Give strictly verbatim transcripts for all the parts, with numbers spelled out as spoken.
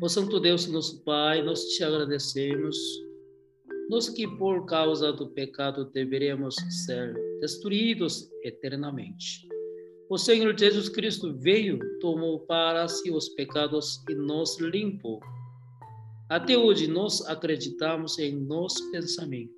Ó Santo Deus, nosso Pai, nós te agradecemos. Nós que por causa do pecado deveríamos ser destruídos eternamente. O Senhor Jesus Cristo veio, tomou para si os pecados e nos limpou. Até hoje nós acreditamos em nosso pensamento.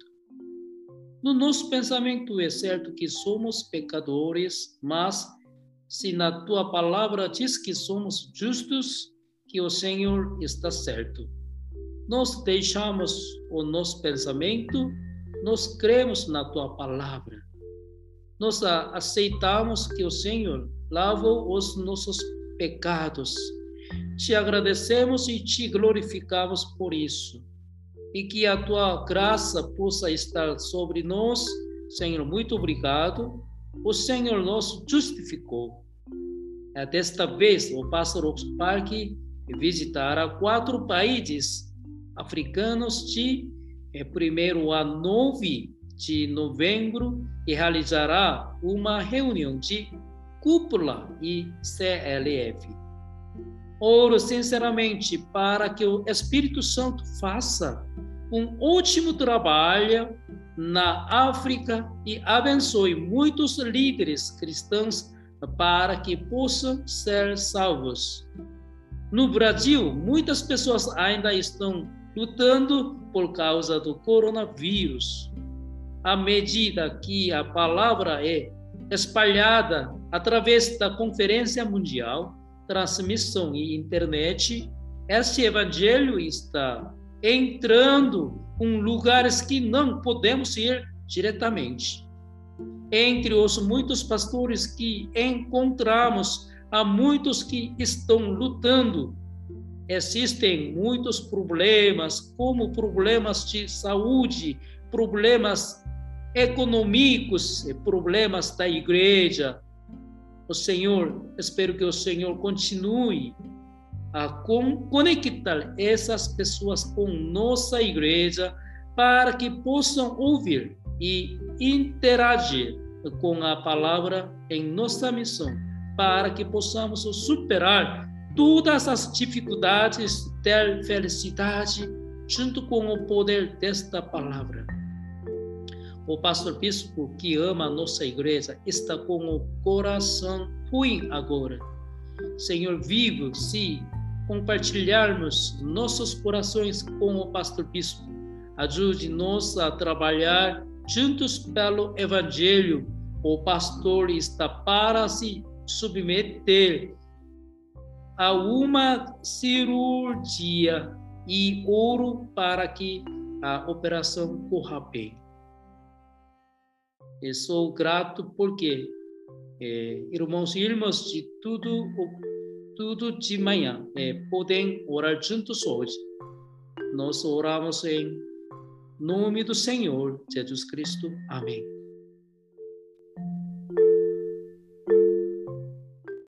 No nosso pensamento é certo que somos pecadores, mas se na tua palavra diz que somos justos, que o Senhor está certo. Nós deixamos o nosso pensamento, nós cremos na tua palavra. Nós aceitamos que o Senhor lavou os nossos pecados. Te agradecemos e te glorificamos por isso. E que a tua graça possa estar sobre nós. Senhor, muito obrigado. O Senhor nos justificou. Desta vez, o pastor Oxpark visitará quatro países africanos de primeiro a nove de novembro e realizará uma reunião de cúpula e C L F. Oro sinceramente para que o Espírito Santo faça um ótimo trabalho na África e abençoe muitos líderes cristãos para que possam ser salvos. No Brasil, muitas pessoas ainda estão lutando por causa do coronavírus. À medida que a palavra é espalhada através da Conferência Mundial, transmissão e internet, esse evangelho está entrando em lugares que não podemos ir diretamente. Entre os muitos pastores que encontramos, há muitos que estão lutando. Existem muitos problemas, como problemas de saúde, problemas econômicos, problemas da igreja. O Senhor, espero que o Senhor continue a conectar essas pessoas com nossa igreja para que possam ouvir e interagir com a palavra em nossa missão, para que possamos superar todas as dificuldades, ter felicidade junto com o poder desta palavra. O pastor bispo que ama a nossa igreja está com o coração ruim agora. Senhor, vivo, se compartilharmos nossos corações com o pastor bispo, ajude-nos a trabalhar juntos pelo evangelho. O pastor está para se submeter a uma cirurgia e oro para que a operação corra bem. Eu sou grato porque é, irmãos e irmãs de tudo, tudo de manhã é, podem orar juntos hoje. Nós oramos em nome do Senhor Jesus Cristo. Amém.